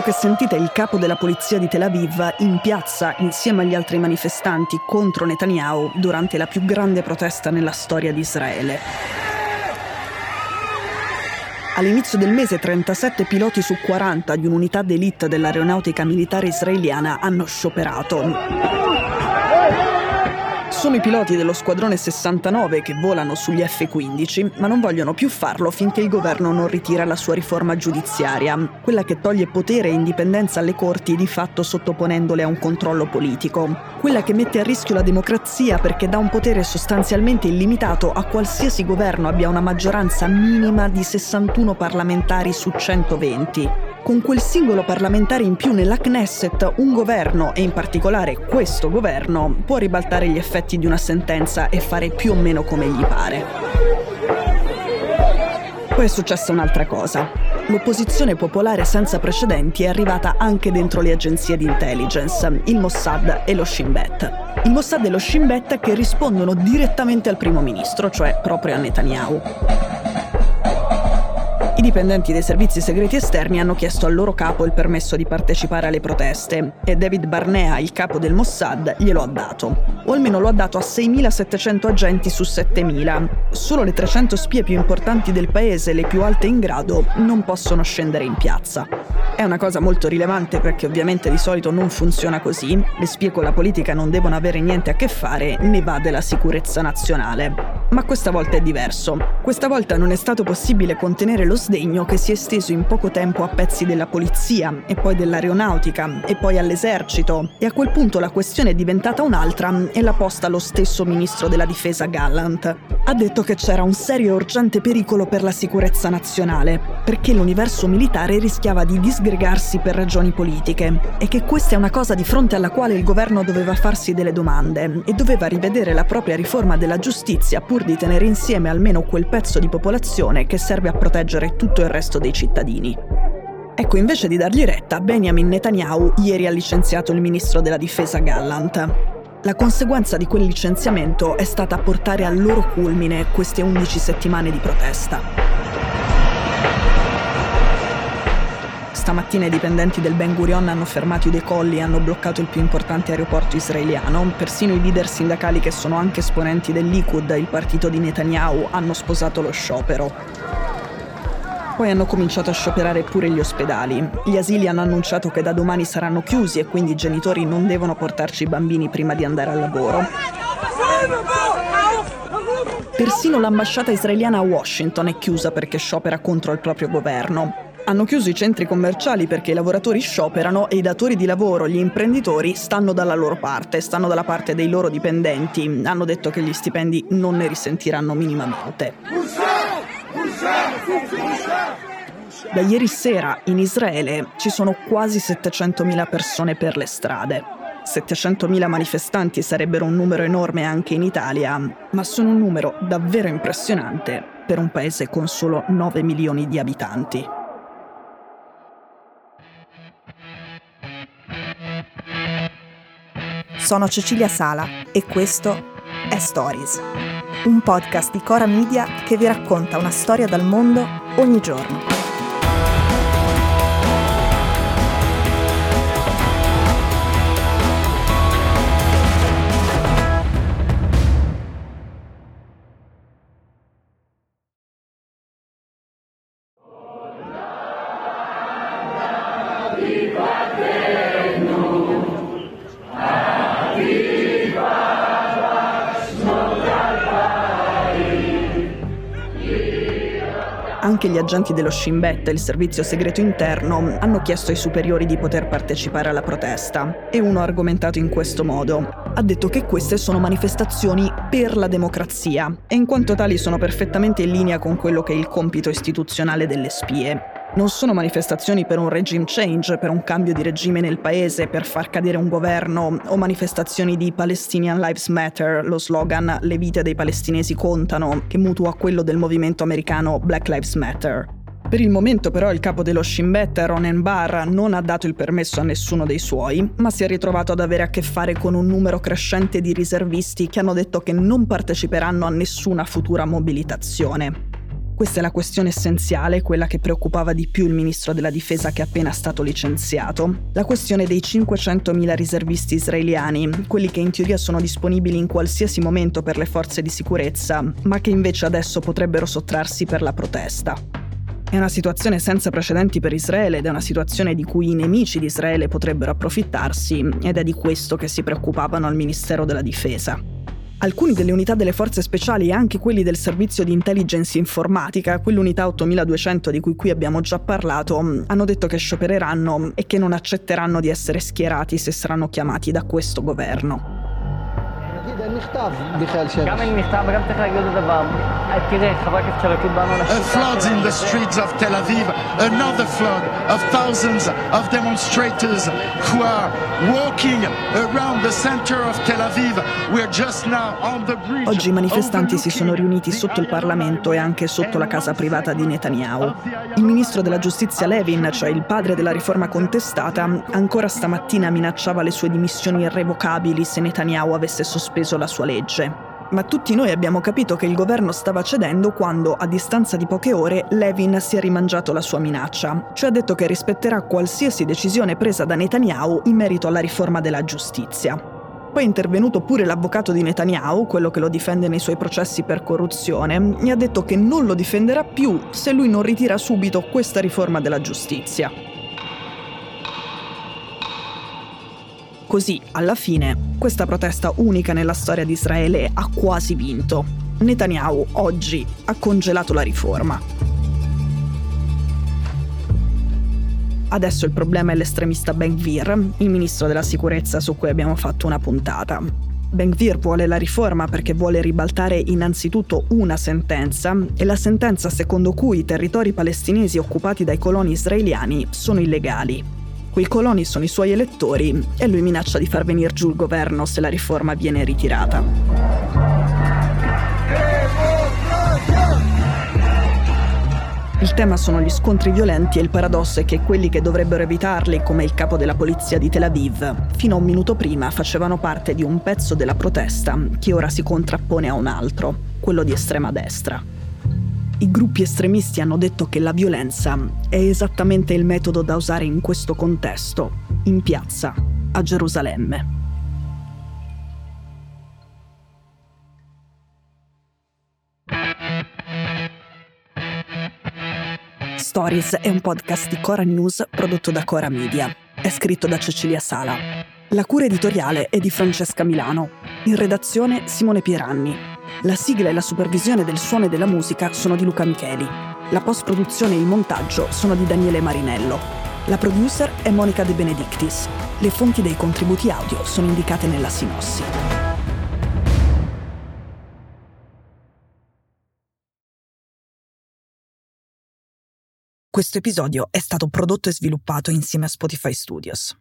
Quello che sentite è il capo della polizia di Tel Aviv in piazza insieme agli altri manifestanti contro Netanyahu durante la più grande protesta nella storia di Israele. All'inizio del mese 37 piloti su 40 di un'unità d'élite dell'aeronautica militare israeliana hanno scioperato. Sono i piloti dello squadrone 69 che volano sugli F-15, ma non vogliono più farlo finché il governo non ritira la sua riforma giudiziaria, quella che toglie potere e indipendenza alle corti di fatto sottoponendole a un controllo politico, quella che mette a rischio la democrazia perché dà un potere sostanzialmente illimitato a qualsiasi governo abbia una maggioranza minima di 61 parlamentari su 120. Con quel singolo parlamentare in più nella Knesset, un governo, e in particolare questo governo, può ribaltare gli effetti di una sentenza e fare più o meno come gli pare. Poi è successa un'altra cosa. L'opposizione popolare senza precedenti è arrivata anche dentro le agenzie di intelligence, il Mossad e lo Shin Bet. Il Mossad e lo Shin Bet che rispondono direttamente al primo ministro, cioè proprio a Netanyahu. I dipendenti dei servizi segreti esterni hanno chiesto al loro capo il permesso di partecipare alle proteste e David Barnea, il capo del Mossad, glielo ha dato. O almeno lo ha dato a 6.700 agenti su 7.000. Solo le 300 spie più importanti del paese, le più alte in grado, non possono scendere in piazza. È una cosa molto rilevante perché ovviamente di solito non funziona così. Le spie con la politica non devono avere niente a che fare, ne va della sicurezza nazionale. Ma questa volta è diverso. Questa volta non è stato possibile contenere lo sdegno che si è esteso in poco tempo a pezzi della polizia, e poi dell'aeronautica, e poi all'esercito. E a quel punto la questione è diventata un'altra e l'ha posta lo stesso ministro della difesa Gallant. Ha detto che c'era un serio e urgente pericolo per la sicurezza nazionale, perché l'universo militare rischiava di disgregarsi per ragioni politiche, e che questa è una cosa di fronte alla quale il governo doveva farsi delle domande e doveva rivedere la propria riforma della giustizia pur di tenere insieme almeno quel pezzo di popolazione che serve a proteggere tutto il resto dei cittadini. Ecco, invece di dargli retta, Benjamin Netanyahu ieri ha licenziato il ministro della difesa Gallant. La conseguenza di quel licenziamento è stata portare al loro culmine queste 11 settimane di protesta. Stamattina i dipendenti del Ben Gurion hanno fermato i decolli e hanno bloccato il più importante aeroporto israeliano. Persino i leader sindacali, che sono anche esponenti del Likud, il partito di Netanyahu, hanno sposato lo sciopero. Poi hanno cominciato a scioperare pure gli ospedali. Gli asili hanno annunciato che da domani saranno chiusi e quindi i genitori non devono portarci i bambini prima di andare al lavoro. Persino l'ambasciata israeliana a Washington è chiusa perché sciopera contro il proprio governo. Hanno chiuso i centri commerciali perché i lavoratori scioperano e i datori di lavoro, gli imprenditori, stanno dalla loro parte, stanno dalla parte dei loro dipendenti. Hanno detto che gli stipendi non ne risentiranno minimamente. Da ieri sera in Israele ci sono quasi 700.000 persone per le strade. 700.000 manifestanti sarebbero un numero enorme anche in Italia, ma sono un numero davvero impressionante per un paese con solo 9 milioni di abitanti. Sono Cecilia Sala e questo è Stories, un podcast di Cora Media che vi racconta una storia dal mondo ogni giorno. Anche gli agenti dello Shin Bet, il servizio segreto interno, hanno chiesto ai superiori di poter partecipare alla protesta e uno ha argomentato in questo modo. Ha detto che queste sono manifestazioni per la democrazia e in quanto tali sono perfettamente in linea con quello che è il compito istituzionale delle spie. Non sono manifestazioni per un regime change, per un cambio di regime nel paese, per far cadere un governo, o manifestazioni di Palestinian Lives Matter, lo slogan "Le vite dei palestinesi contano", che mutua quello del movimento americano Black Lives Matter. Per il momento però il capo dello Shin Bet, Ronen Bar, non ha dato il permesso a nessuno dei suoi, ma si è ritrovato ad avere a che fare con un numero crescente di riservisti che hanno detto che non parteciperanno a nessuna futura mobilitazione. Questa è la questione essenziale, quella che preoccupava di più il ministro della difesa che è appena stato licenziato. La questione dei 500.000 riservisti israeliani, quelli che in teoria sono disponibili in qualsiasi momento per le forze di sicurezza, ma che invece adesso potrebbero sottrarsi per la protesta. È una situazione senza precedenti per Israele ed è una situazione di cui i nemici di Israele potrebbero approfittarsi, ed è di questo che si preoccupavano al Ministero della Difesa. Alcuni delle unità delle forze speciali e anche quelli del servizio di intelligence informatica, quell'unità 8200 di cui qui abbiamo già parlato, hanno detto che sciopereranno e che non accetteranno di essere schierati se saranno chiamati da questo governo. Floods in the streets of Tel Aviv, another flood of thousands of demonstrators who are walking around the center of Tel Aviv. We're just now on the bridge. Oggi i manifestanti si sono riuniti sotto il Parlamento e anche sotto la casa privata di Netanyahu. Il ministro della giustizia Levin, cioè il padre della riforma contestata, ancora stamattina minacciava le sue dimissioni irrevocabili se Netanyahu avesse sospeso la sua legge. Ma tutti noi abbiamo capito che il governo stava cedendo quando, a distanza di poche ore, Levin si è rimangiato la sua minaccia, cioè ha detto che rispetterà qualsiasi decisione presa da Netanyahu in merito alla riforma della giustizia. Poi è intervenuto pure l'avvocato di Netanyahu, quello che lo difende nei suoi processi per corruzione, e ha detto che non lo difenderà più se lui non ritira subito questa riforma della giustizia. Così, alla fine, questa protesta unica nella storia di Israele ha quasi vinto. Netanyahu, oggi, ha congelato la riforma. Adesso il problema è l'estremista Ben Gvir, il ministro della sicurezza su cui abbiamo fatto una puntata. Ben Gvir vuole la riforma perché vuole ribaltare innanzitutto una sentenza, e la sentenza secondo cui i territori palestinesi occupati dai coloni israeliani sono illegali. Quei coloni sono i suoi elettori e lui minaccia di far venire giù il governo se la riforma viene ritirata. Il tema sono gli scontri violenti e il paradosso è che quelli che dovrebbero evitarli, come il capo della polizia di Tel Aviv, fino a un minuto prima facevano parte di un pezzo della protesta che ora si contrappone a un altro, quello di estrema destra. I gruppi estremisti hanno detto che la violenza è esattamente il metodo da usare in questo contesto, in piazza, a Gerusalemme. Stories è un podcast di Cora News prodotto da Cora Media. È scritto da Cecilia Sala. La cura editoriale è di Francesca Milano. In redazione Simone Pieranni. La sigla e la supervisione del suono e della musica sono di Luca Micheli. La post-produzione e il montaggio sono di Daniele Marinello. La producer è Monica De Benedictis. Le fonti dei contributi audio sono indicate nella sinossi. Questo episodio è stato prodotto e sviluppato insieme a Spotify Studios.